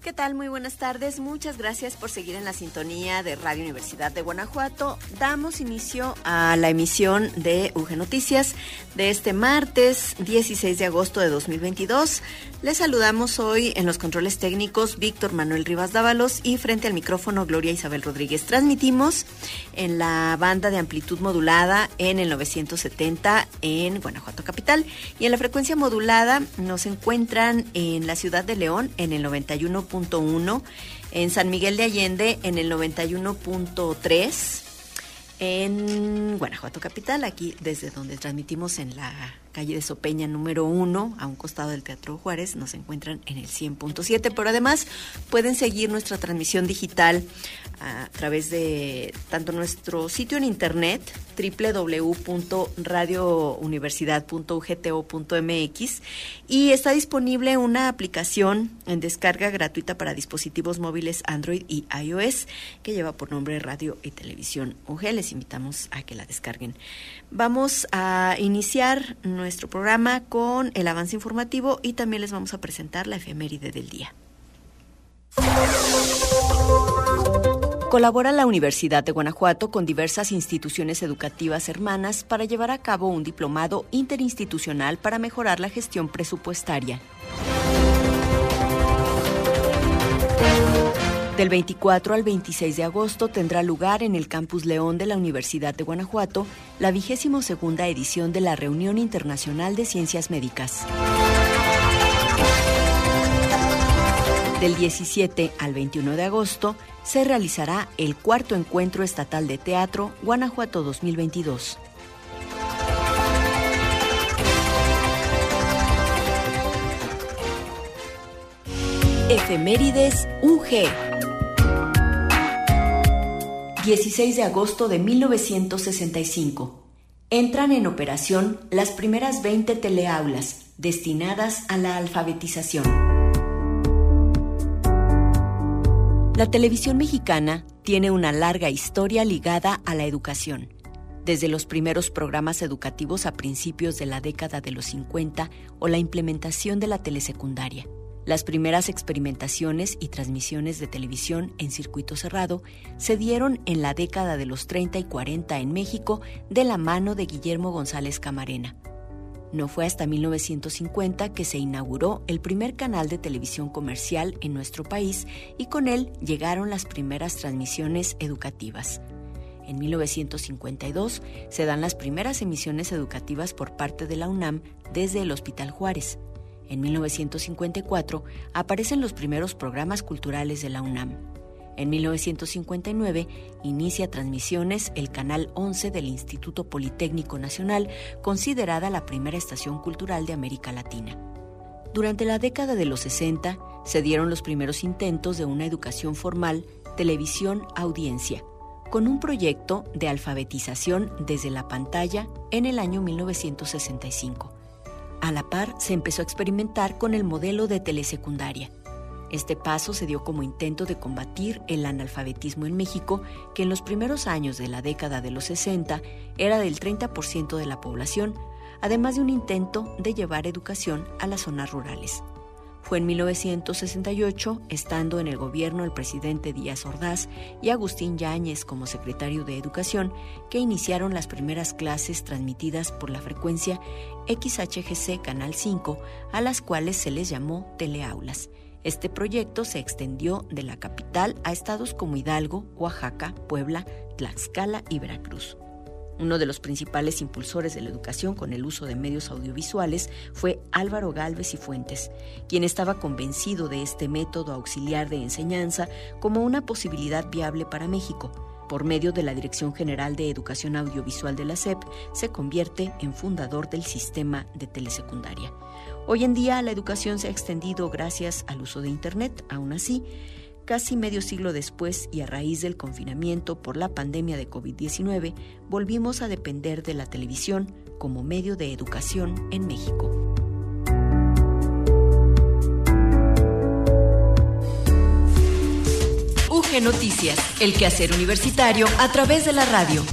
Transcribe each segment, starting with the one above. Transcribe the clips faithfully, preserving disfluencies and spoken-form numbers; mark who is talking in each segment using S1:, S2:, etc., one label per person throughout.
S1: ¿Qué tal? Muy buenas tardes. Muchas gracias por seguir en la sintonía de Radio Universidad de Guanajuato. Damos inicio a la emisión de U G Noticias de este martes dieciséis de agosto de dos mil veintidós. Les saludamos hoy en los controles técnicos Víctor Manuel Rivas Dávalos y frente al micrófono Gloria Isabel Rodríguez. Transmitimos en la banda de amplitud modulada en el novecientos setenta en Guanajuato Capital y en la frecuencia modulada nos encuentran en la ciudad de León en el noventa y uno punto uno, en San Miguel de Allende en el noventa y uno punto tres, en Guanajuato Capital, aquí desde donde transmitimos en la calle de Sopeña número uno, a un costado del Teatro Juárez, nos encuentran en el cien punto siete, pero además pueden seguir nuestra transmisión digital a través de tanto nuestro sitio en internet doble u doble u doble u punto radio universidad punto u g t o punto m x y está disponible una aplicación en descarga gratuita para dispositivos móviles Android y iOS que lleva por nombre Radio y Televisión U G. Les invitamos a que la descarguen. Vamos a iniciar nuestro programa con el avance informativo y también les vamos a presentar la efeméride del día. Colabora la Universidad de Guanajuato con diversas instituciones educativas hermanas para llevar a cabo un diplomado interinstitucional para mejorar la gestión presupuestaria. Del veinticuatro al veintiséis de agosto tendrá lugar en el Campus León de la Universidad de Guanajuato la vigésimo segunda edición de la Reunión Internacional de Ciencias Médicas. Del diecisiete al veintiuno de agosto se realizará el cuarto Encuentro Estatal de Teatro Guanajuato dos mil veintidós. Efemérides U G. dieciséis de agosto de mil novecientos sesenta y cinco. Entran en operación las primeras veinte teleaulas destinadas a la alfabetización. La televisión mexicana tiene una larga historia ligada a la educación. Desde los primeros programas educativos a principios de la década de los cincuenta o la implementación de la telesecundaria. Las primeras experimentaciones y transmisiones de televisión en circuito cerrado se dieron en la década de los treinta y cuarenta en México de la mano de Guillermo González Camarena. No fue hasta mil novecientos cincuenta que se inauguró el primer canal de televisión comercial en nuestro país y con él llegaron las primeras transmisiones educativas. En mil novecientos cincuenta y dos se dan las primeras emisiones educativas por parte de la UNAM desde el Hospital Juárez. En mil novecientos cincuenta y cuatro aparecen los primeros programas culturales de la UNAM. En mil novecientos cincuenta y nueve inicia transmisiones el Canal once del Instituto Politécnico Nacional, considerada la primera estación cultural de América Latina. Durante la década de los sesenta se dieron los primeros intentos de una educación formal, televisión-audiencia, con un proyecto de alfabetización desde la pantalla en el año mil novecientos sesenta y cinco. A la par se empezó a experimentar con el modelo de telesecundaria. Este paso se dio como intento de combatir el analfabetismo en México, que en los primeros años de la década de los sesenta era del treinta por ciento de la población, además de un intento de llevar educación a las zonas rurales. Fue en mil novecientos sesenta y ocho, estando en el gobierno el presidente Díaz Ordaz y Agustín Yáñez como secretario de Educación, que iniciaron las primeras clases transmitidas por la frecuencia X H G C Canal cinco, a las cuales se les llamó teleaulas. Este proyecto se extendió de la capital a estados como Hidalgo, Oaxaca, Puebla, Tlaxcala y Veracruz. Uno de los principales impulsores de la educación con el uso de medios audiovisuales fue Álvaro Gálvez y Fuentes, quien estaba convencido de este método auxiliar de enseñanza como una posibilidad viable para México. Por medio de la Dirección General de Educación Audiovisual de la S E P, se convierte en fundador del sistema de telesecundaria. Hoy en día la educación se ha extendido gracias al uso de Internet. Aún así, casi medio siglo después y a raíz del confinamiento por la pandemia de covid diecinueve, volvimos a depender de la televisión como medio de educación en México. U G Noticias, el quehacer universitario a través de la radio.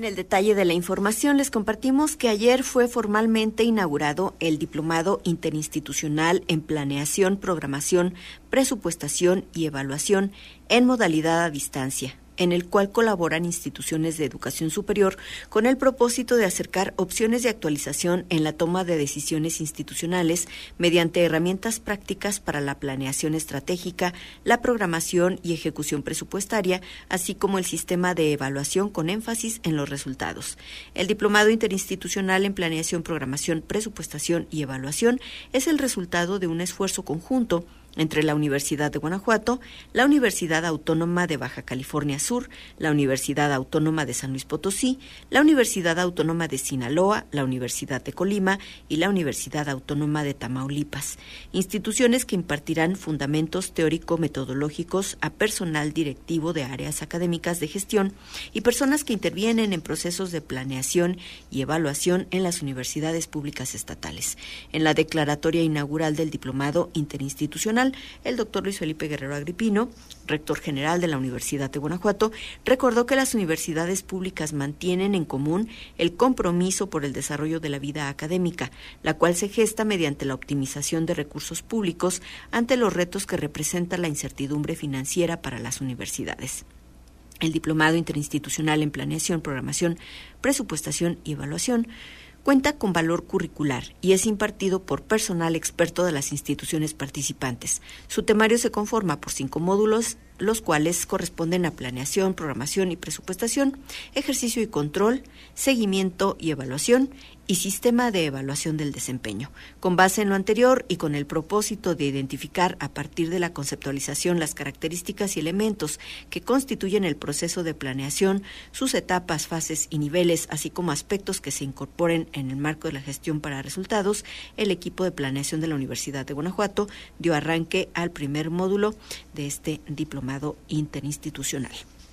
S1: En el detalle de la información les compartimos que ayer fue formalmente inaugurado el Diplomado Interinstitucional en Planeación, Programación, Presupuestación y Evaluación en modalidad a distancia, en el cual colaboran instituciones de educación superior con el propósito de acercar opciones de actualización en la toma de decisiones institucionales mediante herramientas prácticas para la planeación estratégica, la programación y ejecución presupuestaria, así como el sistema de evaluación con énfasis en los resultados. El Diplomado Interinstitucional en Planeación, Programación, Presupuestación y Evaluación es el resultado de un esfuerzo conjunto entre la Universidad de Guanajuato, la Universidad Autónoma de Baja California Sur, la Universidad Autónoma de San Luis Potosí, la Universidad Autónoma de Sinaloa, la Universidad de Colima y la Universidad Autónoma de Tamaulipas, instituciones que impartirán fundamentos teórico-metodológicos a personal directivo de áreas académicas de gestión y personas que intervienen en procesos de planeación y evaluación en las universidades públicas estatales. En la declaratoria inaugural del Diplomado Interinstitucional, el doctor Luis Felipe Guerrero Agripino, rector general de la Universidad de Guanajuato, recordó que las universidades públicas mantienen en común el compromiso por el desarrollo de la vida académica, la cual se gesta mediante la optimización de recursos públicos ante los retos que representa la incertidumbre financiera para las universidades. El Diplomado Interinstitucional en Planeación, Programación, Presupuestación y Evaluación cuenta con valor curricular y es impartido por personal experto de las instituciones participantes. Su temario se conforma por cinco módulos, los cuales corresponden a planeación, programación y presupuestación, ejercicio y control, seguimiento y evaluación y sistema de evaluación del desempeño. Con base en lo anterior y con el propósito de identificar a partir de la conceptualización las características y elementos que constituyen el proceso de planeación, sus etapas, fases y niveles, así como aspectos que se incorporen en el marco de la gestión para resultados, el equipo de planeación de la Universidad de Guanajuato dio arranque al primer módulo de este diplomado interinstitucional.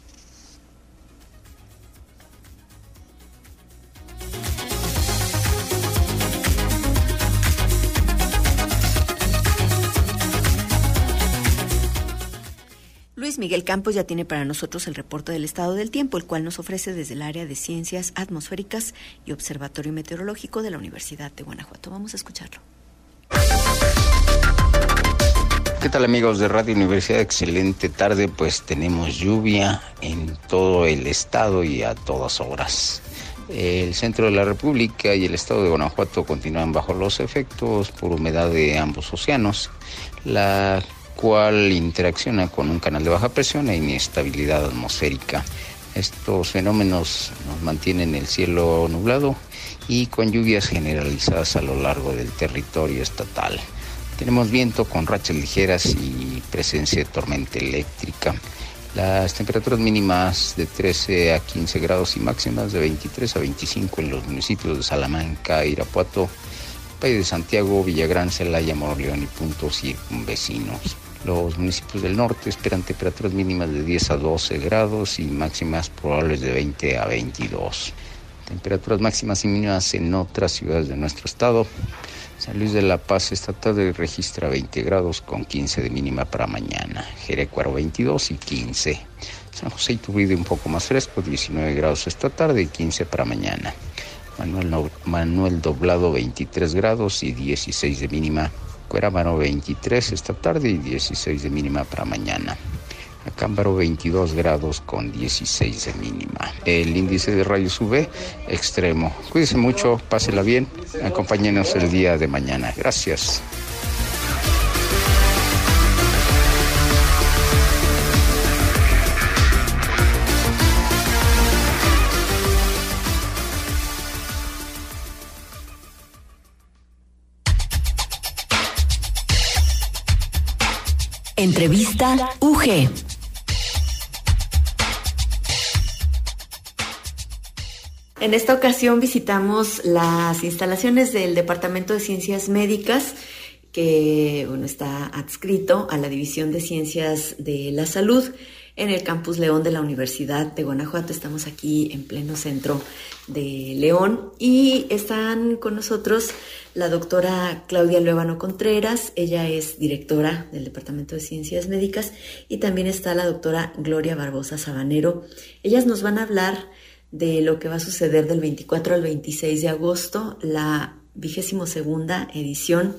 S1: Luis Miguel Campos ya tiene para nosotros el reporte del estado del tiempo, el cual nos ofrece desde el área de Ciencias Atmosféricas y Observatorio Meteorológico de la Universidad de Guanajuato. Vamos a escucharlo.
S2: ¿Qué tal, amigos de Radio Universidad? Excelente tarde, pues tenemos lluvia en todo el estado y a todas horas. El centro de la República y el estado de Guanajuato continúan bajo los efectos por humedad de ambos océanos, la cual interacciona con un canal de baja presión e inestabilidad atmosférica. Estos fenómenos nos mantienen el cielo nublado y con lluvias generalizadas a lo largo del territorio estatal. Tenemos viento con rachas ligeras y presencia de tormenta eléctrica. Las temperaturas mínimas de trece a quince grados y máximas de veintitrés a veinticinco en los municipios de Salamanca, Irapuato, Valle de Santiago, Villagrán, Celaya, Moroleón y puntos circunvecinos. Los municipios del norte esperan temperaturas mínimas de diez a doce grados y máximas probables de veinte a veintidós. Temperaturas máximas y mínimas en otras ciudades de nuestro estado. San Luis de la Paz esta tarde registra veinte grados con quince de mínima para mañana. Jerecuaro veintidós y quince. San José Iturbide un poco más fresco, diecinueve grados esta tarde y quince para mañana. Manuel, no, Manuel Doblado veintitrés grados y dieciséis de mínima. Cuerámaro veintitrés esta tarde y dieciséis de mínima para mañana. Acámbaro veintidós grados con dieciséis de mínima. El índice de rayos U V extremo. Cuídense mucho, pásela bien, acompáñenos el día de mañana. Gracias.
S1: Entrevista U G. En esta ocasión visitamos las instalaciones del Departamento de Ciencias Médicas, que bueno, está adscrito a la División de Ciencias de la Salud en el Campus León de la Universidad de Guanajuato. Estamos aquí en pleno centro de León y están con nosotros la doctora Claudia Luevano Contreras. Ella es directora del Departamento de Ciencias Médicas, y también está la doctora Gloria Barbosa Sabanero. Ellas nos van a hablar de lo que va a suceder del veinticuatro al veintiséis de agosto, la vigésimo segunda edición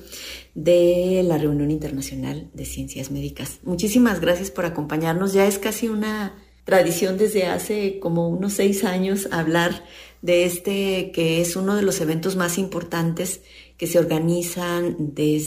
S1: de la Reunión Internacional de Ciencias Médicas. Muchísimas gracias por acompañarnos. Ya es casi una tradición desde hace como unos seis años hablar de este que es uno de los eventos más importantes que se organizan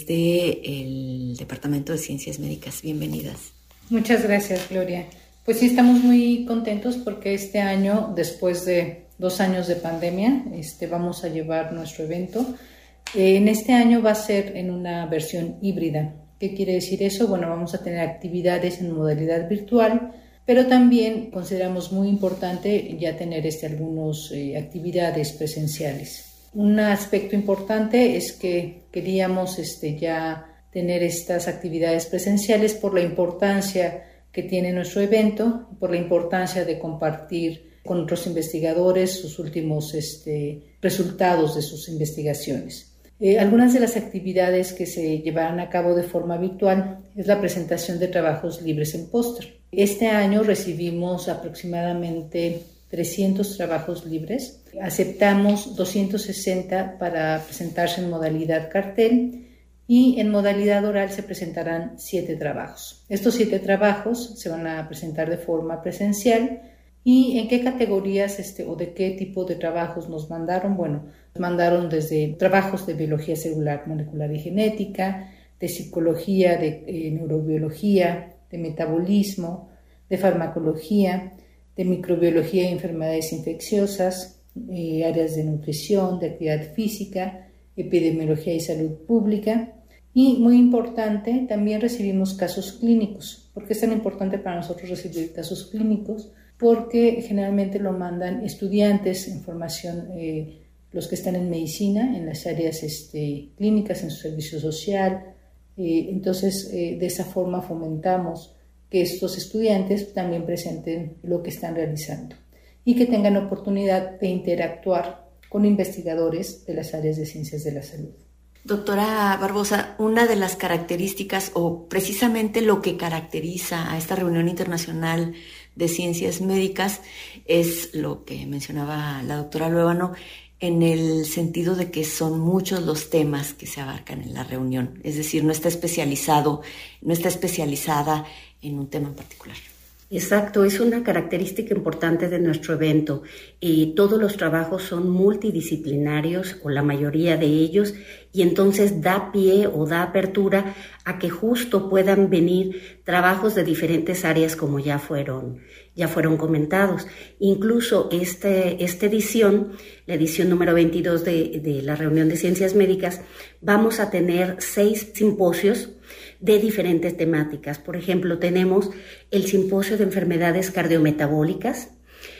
S1: desde el Departamento de Ciencias Médicas. Bienvenidas.
S3: Muchas gracias, Gloria. Pues sí, estamos muy contentos porque este año, después de dos años de pandemia, este, vamos a llevar nuestro evento. Eh, en este año va a ser en una versión híbrida. ¿Qué quiere decir eso? Bueno, vamos a tener actividades en modalidad virtual, pero también consideramos muy importante ya tener este, algunas eh, actividades presenciales. Un aspecto importante es que queríamos este, ya tener estas actividades presenciales por la importancia que tiene nuestro evento, por la importancia de compartir con otros investigadores sus últimos este, resultados de sus investigaciones. Eh, algunas de las actividades que se llevarán a cabo de forma virtual es la presentación de trabajos libres en póster. Este año recibimos aproximadamente trescientos trabajos libres. Aceptamos doscientos sesenta para presentarse en modalidad cartel y en modalidad oral se presentarán siete trabajos. Estos siete trabajos se van a presentar de forma presencial. ¿Y en qué categorías este, o de qué tipo de trabajos nos mandaron? Bueno, nos mandaron desde trabajos de biología celular, molecular y genética, de psicología, de eh, neurobiología, de metabolismo, de farmacología, de microbiología y enfermedades infecciosas, eh, áreas de nutrición, de actividad física, epidemiología y salud pública. Y muy importante, también recibimos casos clínicos. ¿Por qué es tan importante para nosotros recibir casos clínicos? Porque generalmente lo mandan estudiantes en formación, eh, los que están en medicina, en las áreas este, clínicas, en su servicio social. Eh, entonces, eh, de esa forma fomentamos que estos estudiantes también presenten lo que están realizando y que tengan oportunidad de interactuar con investigadores de las áreas de ciencias de la salud.
S1: Doctora Barbosa, una de las características o precisamente lo que caracteriza a esta reunión internacional de ciencias médicas es lo que mencionaba la doctora Luébano, en el sentido de que son muchos los temas que se abarcan en la reunión, es decir, no está especializado, no está especializada en un tema en particular.
S4: Exacto, es una característica importante de nuestro evento. Eh, todos los trabajos son multidisciplinarios, o la mayoría de ellos, y entonces da pie o da apertura a que justo puedan venir trabajos de diferentes áreas como ya fueron, ya fueron comentados. Incluso este, esta edición, la edición número veintidós de, de la reunión de ciencias médicas, vamos a tener seis simposios de diferentes temáticas. Por ejemplo, tenemos el simposio de enfermedades cardiometabólicas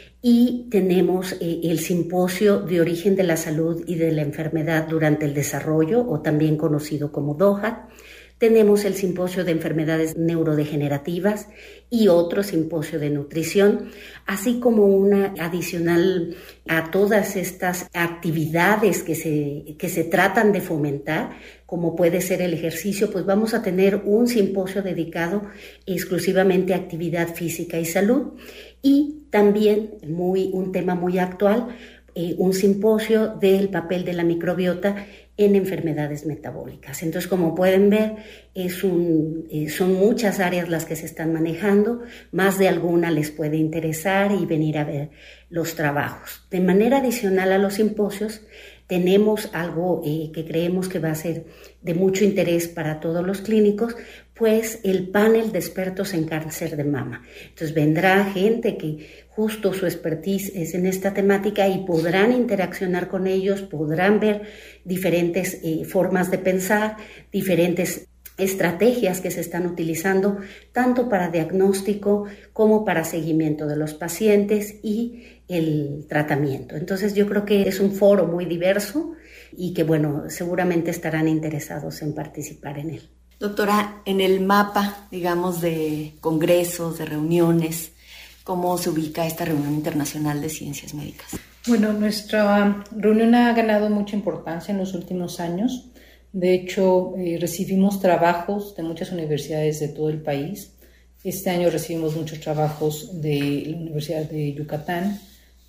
S4: y tenemos eh, el simposio de origen de la salud y de la enfermedad durante el desarrollo, o también conocido como DOHAT. Tenemos el simposio de enfermedades neurodegenerativas y otro simposio de nutrición, así como una adicional a todas estas actividades que se, que se tratan de fomentar, como puede ser el ejercicio, pues vamos a tener un simposio dedicado exclusivamente a actividad física y salud, y también muy, un tema muy actual, eh, un simposio del papel de la microbiota en enfermedades metabólicas. Entonces, como pueden ver, es un, eh, son muchas áreas las que se están manejando, más de alguna les puede interesar y venir a ver los trabajos. De manera adicional a los simposios, tenemos algo eh, que creemos que va a ser de mucho interés para todos los clínicos, pues el panel de expertos en cáncer de mama. Entonces vendrá gente que justo su expertise es en esta temática y podrán interaccionar con ellos, podrán ver diferentes eh, formas de pensar, diferentes estrategias que se están utilizando tanto para diagnóstico como para seguimiento de los pacientes y el tratamiento. Entonces yo creo que es un foro muy diverso y que, bueno, seguramente estarán interesados en participar en él.
S1: Doctora, en el mapa, digamos, de congresos, de reuniones, ¿cómo se ubica esta reunión internacional de ciencias médicas?
S3: Bueno, nuestra reunión ha ganado mucha importancia en los últimos años. De hecho, eh, recibimos trabajos de muchas universidades de todo el país. Este año recibimos muchos trabajos de la Universidad de Yucatán,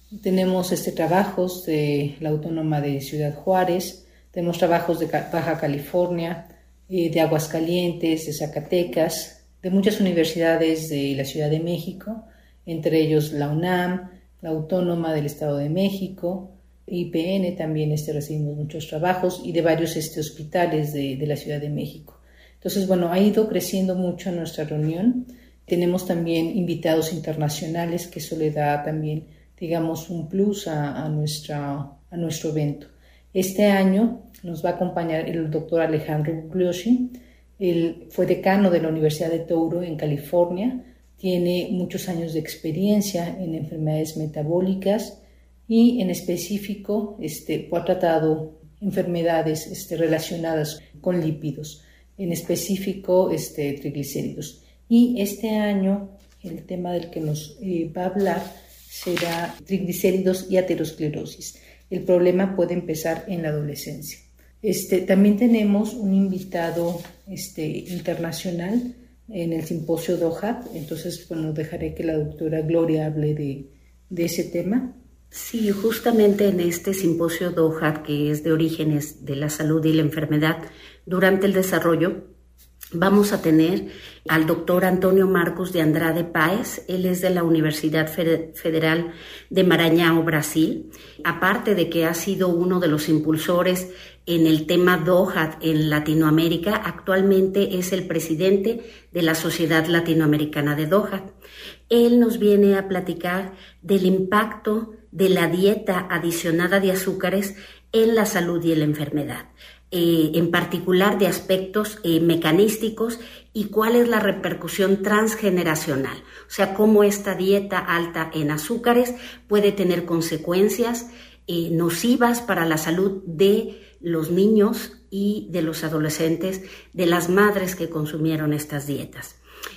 S3: Tenemos este, trabajos de la Autónoma de Ciudad Juárez, tenemos trabajos de Baja California, eh, de Aguascalientes, de Zacatecas, de muchas universidades de la Ciudad de México, entre ellos la UNAM, la Autónoma del Estado de México, I P N también este, recibimos muchos trabajos y de varios este, hospitales de, de la Ciudad de México. Entonces, bueno, ha ido creciendo mucho nuestra reunión. Tenemos también invitados internacionales, que eso le da también, digamos, un plus a, a, nuestra, a nuestro evento. Este año nos va a acompañar el doctor Alejandro Bugliosi. Él fue decano de la Universidad de Touro en California, tiene muchos años de experiencia en enfermedades metabólicas y en específico este, ha tratado enfermedades este, relacionadas con lípidos, en específico este, triglicéridos. Y este año el tema del que nos eh, va a hablar será triglicéridos y aterosclerosis. El problema puede empezar en la adolescencia. Este, también tenemos un invitado este, internacional en el simposio DOHAT, entonces bueno, dejaré que la doctora Gloria hable de, de ese tema.
S4: Sí, justamente en este simposio DOHAT, que es de orígenes de la salud y la enfermedad, durante el desarrollo vamos a tener al doctor Antonio Marcos de Andrade Páez. Él es de la Universidad Federal de Maranhão, Brasil. Aparte de que ha sido uno de los impulsores en el tema DOHAT en Latinoamérica, actualmente es el presidente de la Sociedad Latinoamericana de DOHAT. Él nos viene a platicar del impacto de la dieta adicionada de azúcares en la salud y en la enfermedad. Eh, en particular de aspectos eh, mecanísticos y cuál es la repercusión transgeneracional, o sea, cómo esta dieta alta en azúcares puede tener consecuencias eh, nocivas para la salud de los niños y de los adolescentes, de las madres que consumieron estas dietas.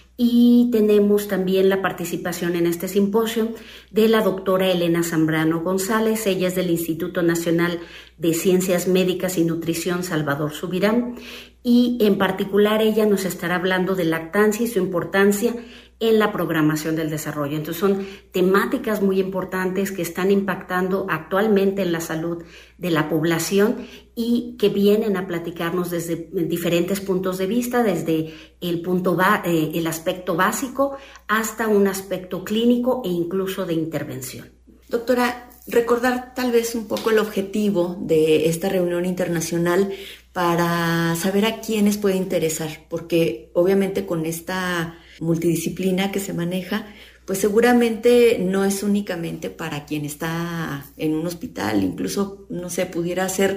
S4: Y tenemos también la participación en este simposio de la doctora Elena Zambrano González. Ella es del Instituto Nacional de Ciencias Médicas y Nutrición Salvador Subirán, y en particular ella nos estará hablando de lactancia y su importancia en la programación del desarrollo. Entonces son temáticas muy importantes que están impactando actualmente en la salud de la población y que vienen a platicarnos desde diferentes puntos de vista, desde el, punto ba- eh, el aspecto básico hasta un aspecto clínico e incluso de intervención.
S1: Doctora, recordar tal vez un poco el objetivo de esta reunión internacional para saber a quiénes puede interesar, porque obviamente con esta multidisciplina que se maneja, pues seguramente no es únicamente para quien está en un hospital, incluso, no sé, pudiera ser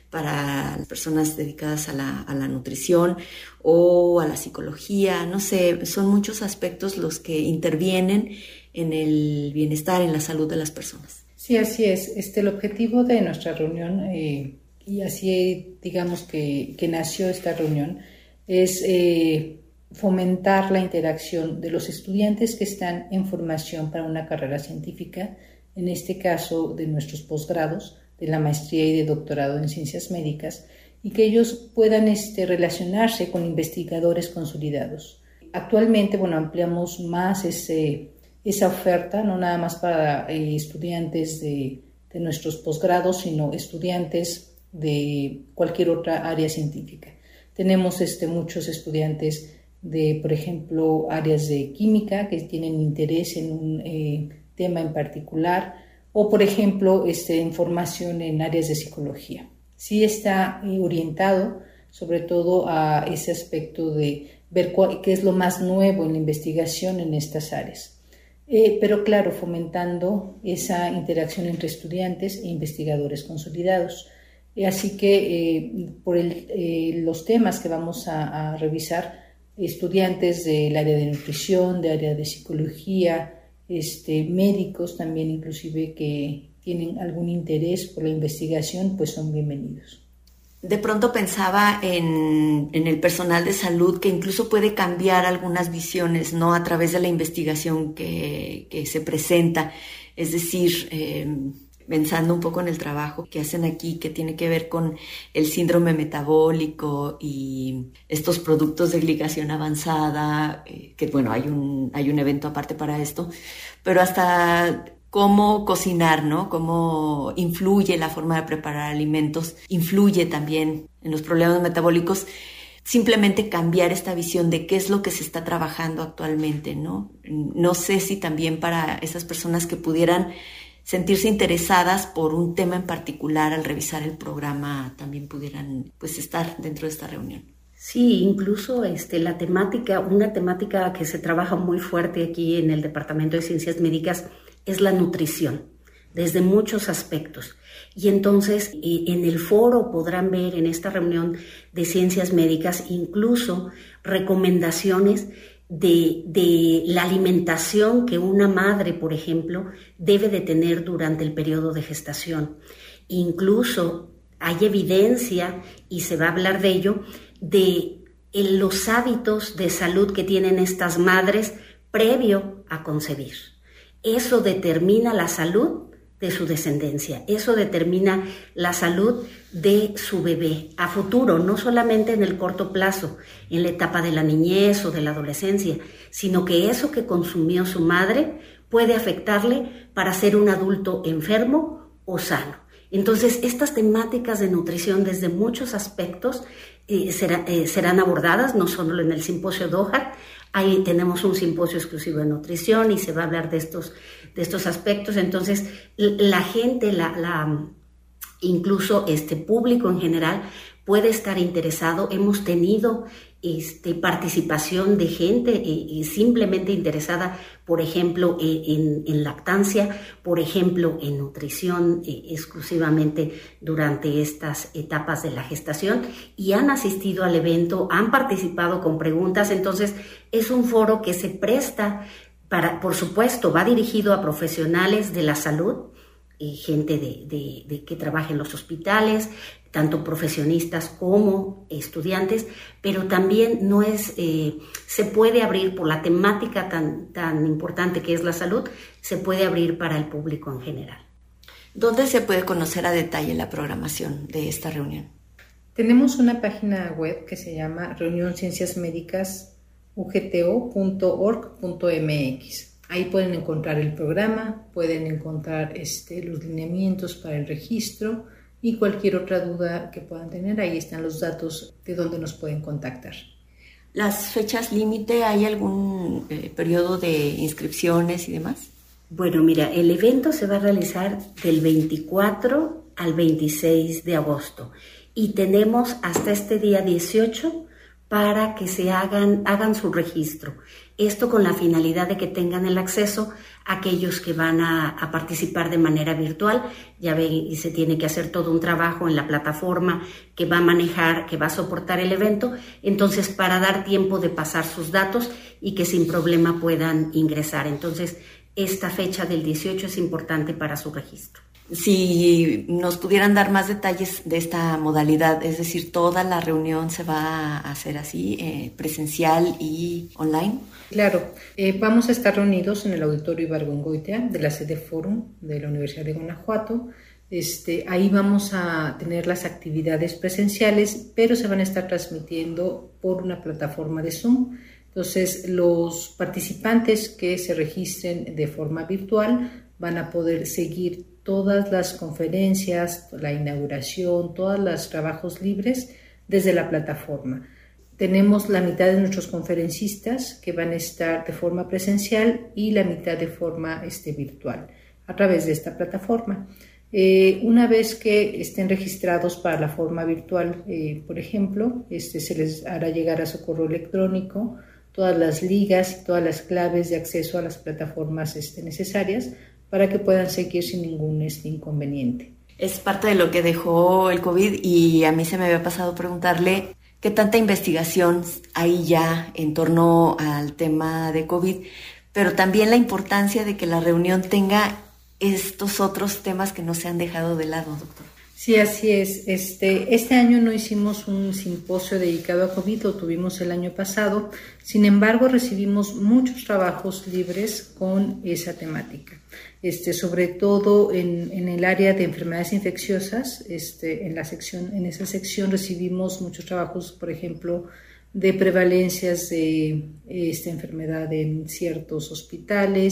S1: para personas dedicadas a la, a la nutrición o a la psicología, no sé, son muchos aspectos los que intervienen en el bienestar, en la salud de las personas.
S3: Sí, así es. Este, el objetivo de nuestra reunión, eh, y así digamos que, que nació esta reunión, es eh, fomentar la interacción de los estudiantes que están en formación para una carrera científica, en este caso de nuestros posgrados, de la maestría y de doctorado en ciencias médicas, y que ellos puedan este, relacionarse con investigadores consolidados. Actualmente, bueno, ampliamos más ese, esa oferta, no nada más para eh, estudiantes de, de nuestros posgrados, sino estudiantes de cualquier otra área científica. Tenemos este, muchos estudiantes de, por ejemplo, áreas de química que tienen interés en un eh, tema en particular, o, por ejemplo, este, en formación en áreas de psicología. Sí está eh, orientado sobre todo a ese aspecto de ver cuál, qué es lo más nuevo en la investigación en estas áreas. Eh, pero claro, fomentando esa interacción entre estudiantes e investigadores consolidados. Eh, así que eh, por el, eh, los temas que vamos a, a revisar, estudiantes del área de nutrición, de área de psicología, este, médicos también inclusive que tienen algún interés por la investigación, pues son bienvenidos.
S1: De pronto pensaba en, en el personal de salud que incluso puede cambiar algunas visiones, ¿no? A través de la investigación que, que se presenta. Es decir, eh, pensando un poco en el trabajo que hacen aquí, que tiene que ver con el síndrome metabólico y estos productos de glicación avanzada, eh, que bueno, hay un, hay un evento aparte para esto, pero hasta cómo cocinar, ¿no? Cómo influye la forma de preparar alimentos, influye también en los problemas metabólicos. Simplemente cambiar esta visión de qué es lo que se está trabajando actualmente, ¿no? No sé si también para esas personas que pudieran sentirse interesadas por un tema en particular al revisar el programa también pudieran pues estar dentro de esta reunión.
S4: Sí, incluso este, la temática, una temática que se trabaja muy fuerte aquí en el Departamento de Ciencias Médicas es la nutrición, desde muchos aspectos. Y entonces en el foro podrán ver en esta reunión de ciencias médicas incluso recomendaciones de, de la alimentación que una madre, por ejemplo, debe de tener durante el periodo de gestación. Incluso hay evidencia, y se va a hablar de ello, de los hábitos de salud que tienen estas madres previo a concebir. Eso determina la salud de su descendencia, eso determina la salud de su bebé a futuro, no solamente en el corto plazo, en la etapa de la niñez o de la adolescencia, sino que eso que consumió su madre puede afectarle para ser un adulto enfermo o sano. Entonces, estas temáticas de nutrición desde muchos aspectos eh, será, eh, serán abordadas, no solo en el simposio DOHAT. Ahí tenemos un simposio exclusivo de nutrición y se va a hablar de estos, de estos aspectos. Entonces, la gente, la, la, incluso este público en general, puede estar interesado. Hemos tenido este, participación de gente eh, simplemente interesada, por ejemplo, eh, en, en lactancia, por ejemplo, en nutrición eh, exclusivamente durante estas etapas de la gestación, y han asistido al evento, han participado con preguntas. Entonces, es un foro que se presta para, por supuesto, va dirigido a profesionales de la salud, eh, gente de, de, de que trabaja en los hospitales, tanto profesionistas como estudiantes, pero también no es, eh, se puede abrir por la temática tan, tan importante que es la salud, se puede abrir para el público en general.
S1: ¿Dónde se puede conocer a detalle la programación de esta reunión?
S3: Tenemos una página web que se llama reunión ciencias médicas u g t o punto org punto m x. Ahí pueden encontrar el programa, pueden encontrar este, los lineamientos para el registro, y cualquier otra duda que puedan tener, ahí están los datos de donde nos pueden contactar.
S1: ¿Las fechas límite? ¿Hay algún eh, periodo de inscripciones y demás?
S4: Bueno, mira, el evento se va a realizar del veinticuatro al veintiséis de agosto y tenemos hasta este día dieciocho para que se hagan, hagan su registro. Esto con la finalidad de que tengan el acceso a aquellos que van a, a participar de manera virtual. Ya ven, y se tiene que hacer todo un trabajo en la plataforma que va a manejar, que va a soportar el evento. Entonces, para dar tiempo de pasar sus datos y que sin problema puedan ingresar. Entonces, esta fecha del dieciocho es importante para su registro.
S1: Si nos pudieran dar más detalles de esta modalidad, es decir, ¿toda la reunión se va a hacer así, eh, presencial y online?
S3: Claro, eh, vamos a estar reunidos en el Auditorio Ibargüengoitia de la sede Forum de la Universidad de Guanajuato. Este, ahí vamos a tener las actividades presenciales, pero se van a estar transmitiendo por una plataforma de Zoom. Entonces, los participantes que se registren de forma virtual van a poder seguir todas las conferencias, la inauguración, todos los trabajos libres desde la plataforma. Tenemos la mitad de nuestros conferencistas que van a estar de forma presencial y la mitad de forma este, virtual a través de esta plataforma. Eh, una vez que estén registrados para la forma virtual, eh, por ejemplo, este, se les hará llegar a su correo electrónico todas las ligas y todas las claves de acceso a las plataformas este, necesarias para que puedan seguir sin ningún este, inconveniente.
S1: Es parte de lo que dejó el COVID y a mí se me había pasado preguntarle qué tanta investigación hay ya en torno al tema de COVID, pero también la importancia de que la reunión tenga estos otros temas que no se han dejado de lado, doctor.
S3: Sí, así es. Este, este año no hicimos un simposio dedicado a COVID, lo tuvimos el año pasado. Sin embargo, recibimos muchos trabajos libres con esa temática. Este, sobre todo en, en el área de enfermedades infecciosas, este, en, la sección, en esa sección recibimos muchos trabajos, por ejemplo, de prevalencias de esta enfermedad en ciertos hospitales,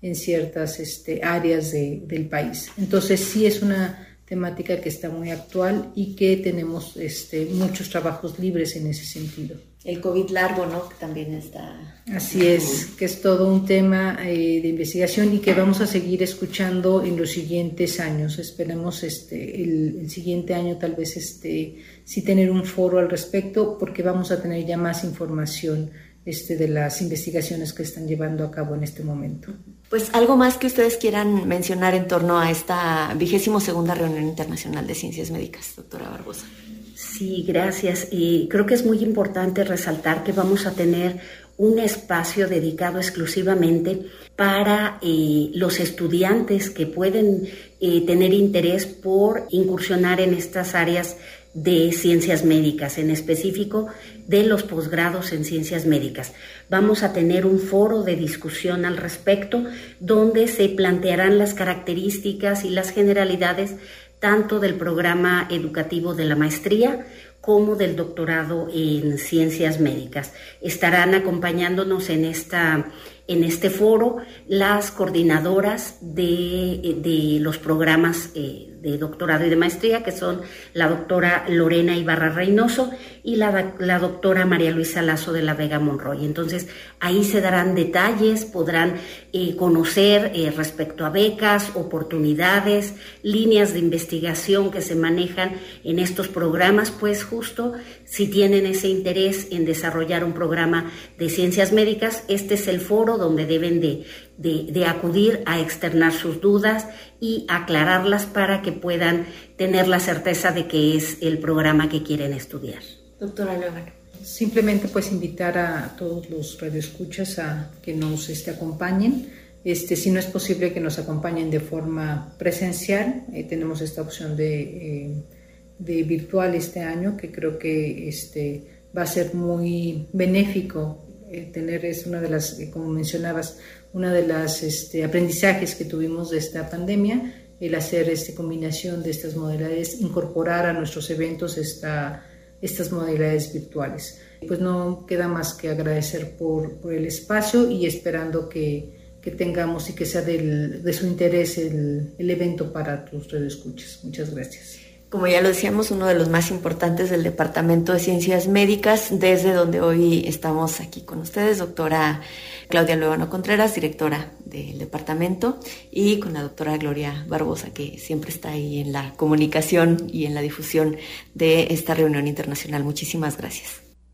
S3: en ciertas este, áreas de, del país. Entonces sí es una temática que está muy actual y que tenemos este, muchos trabajos libres en ese sentido.
S1: El COVID largo, ¿no? Que también está...
S3: Así es, que es todo un tema eh, de investigación y que vamos a seguir escuchando en los siguientes años. Esperemos este, el, el siguiente año tal vez este, sí tener un foro al respecto, porque vamos a tener ya más información este, de las investigaciones que están llevando a cabo en este momento.
S1: Pues algo más que ustedes quieran mencionar en torno a esta vigésimo segunda reunión internacional de ciencias médicas, doctora Barbosa.
S4: Sí, gracias. Y creo que es muy importante resaltar que vamos a tener un espacio dedicado exclusivamente para eh, los estudiantes que pueden eh, tener interés por incursionar en estas áreas de ciencias médicas, en específico de los posgrados en ciencias médicas. Vamos a tener un foro de discusión al respecto donde se plantearán las características y las generalidades tanto del programa educativo de la maestría como del doctorado en ciencias médicas. Estarán acompañándonos en esta en este foro las coordinadoras de, de los programas eh, de doctorado y de maestría, que son la doctora Lorena Ibarra Reynoso y la, la doctora María Luisa Lazo de la Vega Monroy. Entonces, ahí se darán detalles, podrán eh, conocer eh, respecto a becas, oportunidades, líneas de investigación que se manejan en estos programas, pues justo si tienen ese interés en desarrollar un programa de ciencias médicas, este es el foro donde deben de, de, de acudir a externar sus dudas y aclararlas para que puedan tener la certeza de que es el programa que quieren estudiar.
S1: Doctora Luevano.
S3: Simplemente pues invitar a todos los radioescuchas a que nos este, acompañen. Este, si no es posible que nos acompañen de forma presencial, eh, tenemos esta opción de, eh, de virtual este año, que creo que este, va a ser muy benéfico. Eh, tener es una de las, eh, como mencionabas, una de las este, aprendizajes que tuvimos de esta pandemia, el hacer esta combinación de estas modalidades, incorporar a nuestros eventos esta, estas modalidades virtuales. Pues no queda más que agradecer por, por el espacio y esperando que, que tengamos y que sea del, de su interés el, el evento para tus radioescuchas. Muchas gracias.
S1: Como ya lo decíamos, uno de los más importantes del Departamento de Ciencias Médicas, desde donde hoy estamos aquí con ustedes, doctora Claudia Luevano Contreras, directora del departamento, y con la doctora Gloria Barbosa, que siempre está ahí en la comunicación y en la difusión de esta reunión internacional. Muchísimas gracias.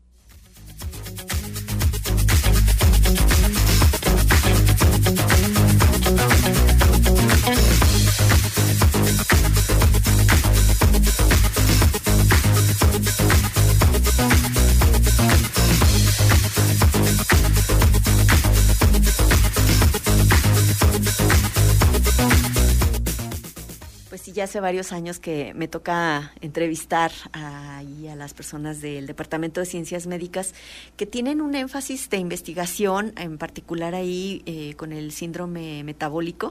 S1: Ya hace varios años que me toca entrevistar a, a las personas del Departamento de Ciencias Médicas que tienen un énfasis de investigación, en particular ahí eh, con el síndrome metabólico.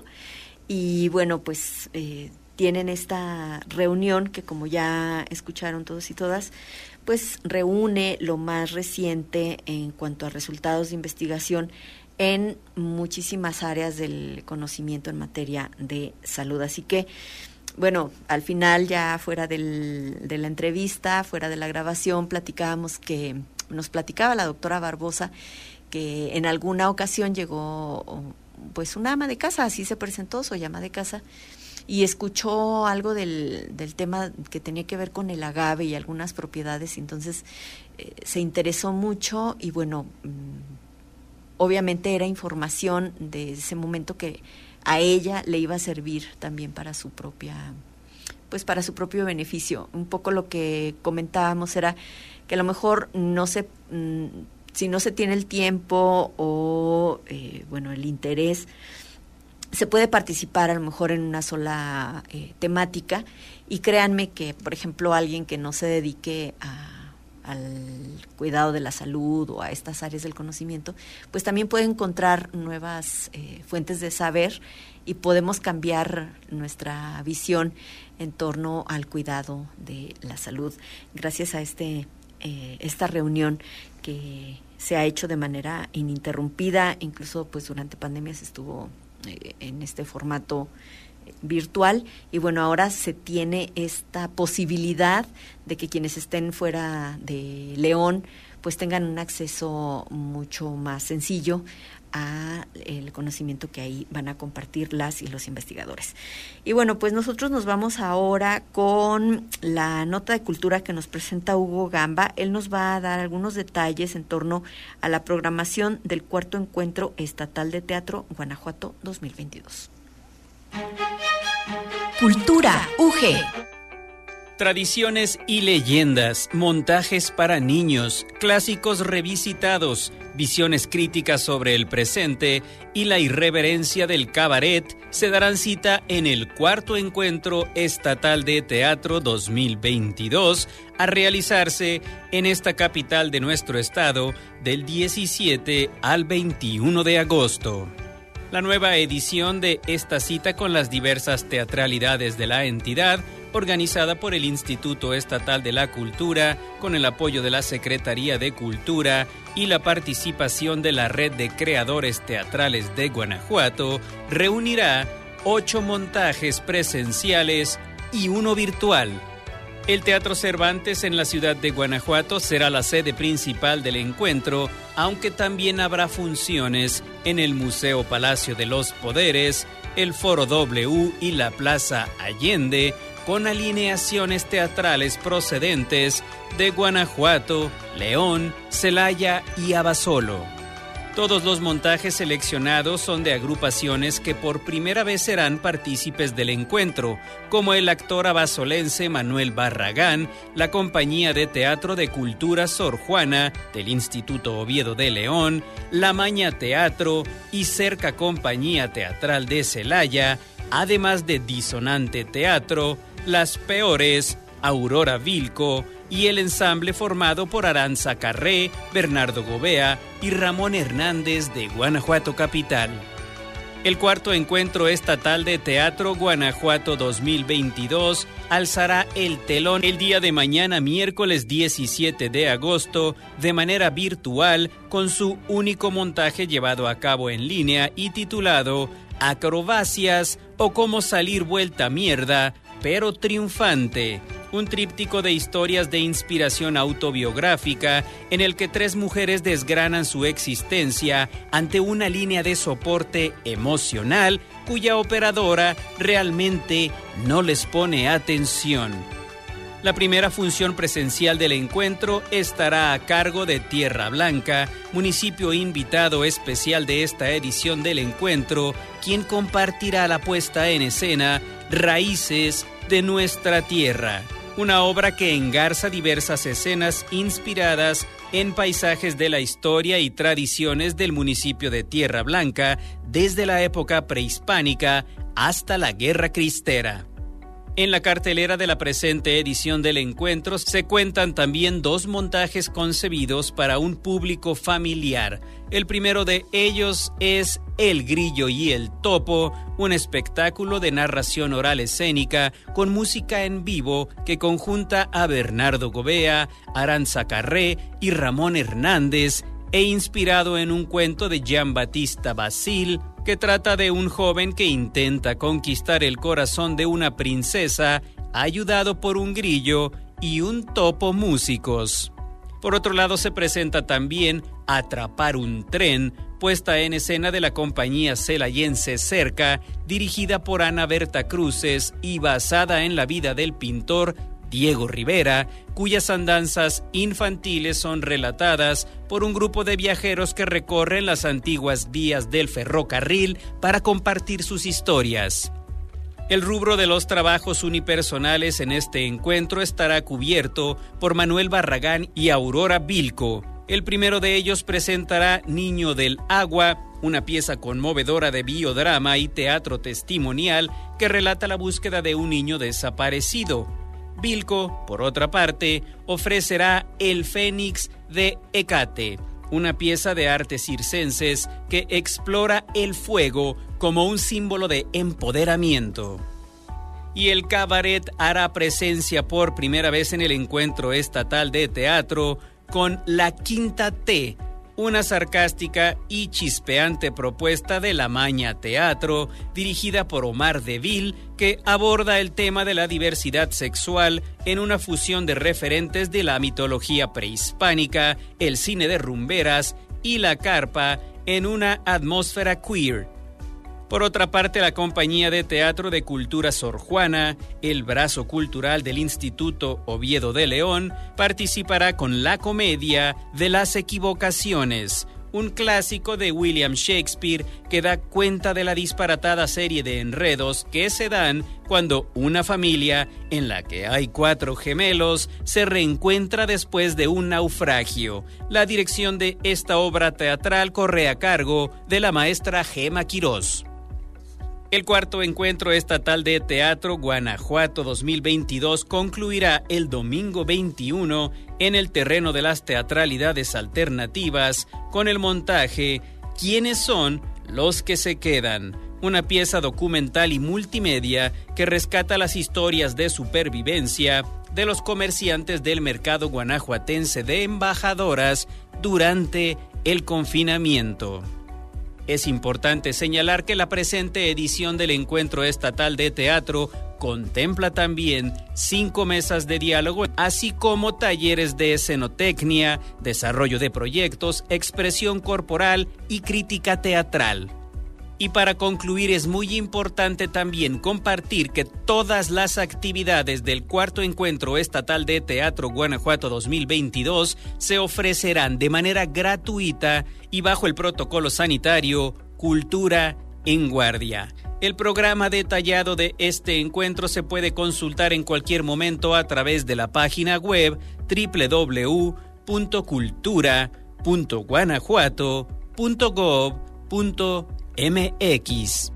S1: Y bueno, pues eh, tienen esta reunión que, como ya escucharon todos y todas, pues reúne lo más reciente en cuanto a resultados de investigación en muchísimas áreas del conocimiento en materia de salud. Así que, bueno, al final, ya fuera del, de la entrevista, fuera de la grabación, platicábamos que, nos platicaba la doctora Barbosa que en alguna ocasión llegó pues una ama de casa, así se presentó, su ama de casa, y escuchó algo del, del tema que tenía que ver con el agave y algunas propiedades, y entonces eh, se interesó mucho y bueno, mmm, obviamente era información de ese momento que a ella le iba a servir también para su propia, pues para su propio beneficio. Un poco lo que comentábamos era que a lo mejor no se, mmm, si no se tiene el tiempo o eh, bueno el interés, se puede participar a lo mejor en una sola eh, temática, y créanme que, por ejemplo, alguien que no se dedique a al cuidado de la salud o a estas áreas del conocimiento, pues también puede encontrar nuevas eh, fuentes de saber y podemos cambiar nuestra visión en torno al cuidado de la salud gracias a este eh, esta reunión que se ha hecho de manera ininterrumpida. Incluso pues durante pandemia se estuvo eh, en este formato virtual, y bueno, ahora se tiene esta posibilidad de que quienes estén fuera de León pues tengan un acceso mucho más sencillo a el conocimiento que ahí van a compartir las y los investigadores. Y bueno, pues nosotros nos vamos ahora con la nota de cultura que nos presenta Hugo Gamba. Él nos va a dar algunos detalles en torno a la programación del cuarto Encuentro Estatal de Teatro Guanajuato dos mil veintidós.
S5: Cultura U G.
S6: Tradiciones y leyendas, montajes para niños, clásicos revisitados, visiones críticas sobre el presente y la irreverencia del cabaret se darán cita en el cuarto Encuentro Estatal de Teatro dos mil veintidós a realizarse en esta capital de nuestro estado del diecisiete al veintiuno de agosto. La nueva edición de esta cita con las diversas teatralidades de la entidad, organizada por el Instituto Estatal de la Cultura, con el apoyo de la Secretaría de Cultura y la participación de la Red de Creadores Teatrales de Guanajuato, reunirá ocho montajes presenciales y uno virtual. El Teatro Cervantes en la ciudad de Guanajuato será la sede principal del encuentro, aunque también habrá funciones en el Museo Palacio de los Poderes, el Foro W y la Plaza Allende, con alineaciones teatrales procedentes de Guanajuato, León, Celaya y Abasolo. Todos los montajes seleccionados son de agrupaciones que por primera vez serán partícipes del encuentro, como el actor abasolense Manuel Barragán, la Compañía de Teatro de Cultura Sor Juana del Instituto Oviedo de León, La Maña Teatro y Cerca Compañía Teatral de Celaya, además de Disonante Teatro, Las Peores, Aurora Vilco y el ensamble formado por Aranza Carré, Bernardo Gobea y Ramón Hernández de Guanajuato Capital. El cuarto Encuentro Estatal de Teatro Guanajuato dos mil veintidós alzará el telón el día de mañana, miércoles diecisiete de agosto, de manera virtual, con su único montaje llevado a cabo en línea y titulado Acrobacias o Cómo salir vuelta mierda, pero triunfante. Un tríptico de historias de inspiración autobiográfica en el que tres mujeres desgranan su existencia ante una línea de soporte emocional cuya operadora realmente no les pone atención. La primera función presencial del encuentro estará a cargo de Tierra Blanca, municipio invitado especial de esta edición del encuentro, quien compartirá la puesta en escena Raíces de Nuestra Tierra, una obra que engarza diversas escenas inspiradas en paisajes de la historia y tradiciones del municipio de Tierra Blanca, desde la época prehispánica hasta la Guerra Cristera. En la cartelera de la presente edición del encuentro se cuentan también dos montajes concebidos para un público familiar. El primero de ellos es El Grillo y el Topo, un espectáculo de narración oral escénica con música en vivo que conjunta a Bernardo Gobea, Aranza Carré y Ramón Hernández, e inspirado en un cuento de Jean-Baptiste Basile, que trata de un joven que intenta conquistar el corazón de una princesa, ayudado por un grillo y un topo músicos. Por otro lado, se presenta también Atrapar un tren, puesta en escena de la compañía celayense Cerca, dirigida por Ana Berta Cruces y basada en la vida del pintor Diego Rivera, cuyas andanzas infantiles son relatadas por un grupo de viajeros que recorren las antiguas vías del ferrocarril para compartir sus historias. El rubro de los trabajos unipersonales en este encuentro estará cubierto por Manuel Barragán y Aurora Vilco. El primero de ellos presentará Niño del Agua, una pieza conmovedora de biodrama y teatro testimonial que relata la búsqueda de un niño desaparecido. Vilco, por otra parte, ofrecerá El Fénix de Hécate, una pieza de artes circenses que explora el fuego como un símbolo de empoderamiento. Y el cabaret hará presencia por primera vez en el Encuentro Estatal de Teatro con La Quinta T, una sarcástica y chispeante propuesta de La Maña Teatro, dirigida por Omar Deville, que aborda el tema de la diversidad sexual en una fusión de referentes de la mitología prehispánica, el cine de rumberas y la carpa en una atmósfera queer. Por otra parte, la Compañía de Teatro de Cultura Sor Juana, el brazo cultural del Instituto Oviedo de León, participará con la comedia de Las Equivocaciones, un clásico de William Shakespeare que da cuenta de la disparatada serie de enredos que se dan cuando una familia, en la que hay cuatro gemelos, se reencuentra después de un naufragio. La dirección de esta obra teatral corre a cargo de la maestra Gema Quirós. El cuarto encuentro estatal de teatro Guanajuato dos mil veintidós concluirá el domingo veintiuno en el terreno de las teatralidades alternativas con el montaje ¿Quiénes son los que se quedan?, una pieza documental y multimedia que rescata las historias de supervivencia de los comerciantes del mercado guanajuatense de embajadoras durante el confinamiento. Es importante señalar que la presente edición del Encuentro Estatal de Teatro contempla también cinco mesas de diálogo, así como talleres de escenotecnia, desarrollo de proyectos, expresión corporal y crítica teatral. Y para concluir, es muy importante también compartir que todas las actividades del cuarto Encuentro Estatal de Teatro Guanajuato dos mil veintidós se ofrecerán de manera gratuita y bajo el protocolo sanitario Cultura en Guardia. El programa detallado de este encuentro se puede consultar en cualquier momento a través de la página web doble u doble u doble u punto cultura punto guanajuato punto gob punto m x.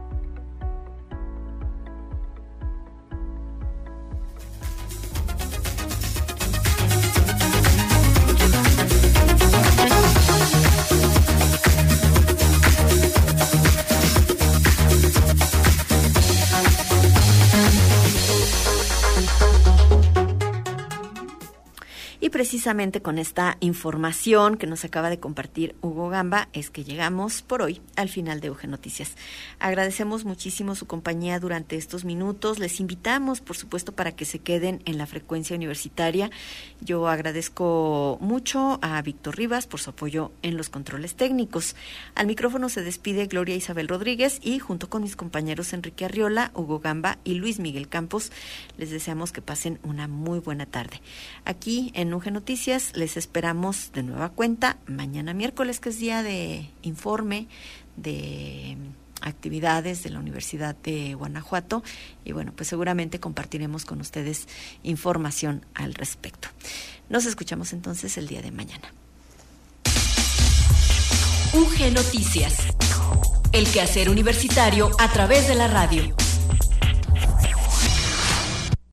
S1: Y precisamente con esta información que nos acaba de compartir Hugo Gamba es que llegamos por hoy al final de U G Noticias. Agradecemos muchísimo su compañía durante estos minutos. Les invitamos, por supuesto, para que se queden en la frecuencia universitaria. Yo agradezco mucho a Víctor Rivas por su apoyo en los controles técnicos. Al micrófono se despide Gloria Isabel Rodríguez y junto con mis compañeros Enrique Arriola, Hugo Gamba y Luis Miguel Campos, les deseamos que pasen una muy buena tarde. Aquí en U G Noticias les esperamos de nueva cuenta mañana miércoles, que es día de informe de actividades de la Universidad de Guanajuato, y bueno, pues seguramente compartiremos con ustedes información al respecto. Nos escuchamos entonces el día de mañana.
S5: U G Noticias, el quehacer universitario a través de la radio.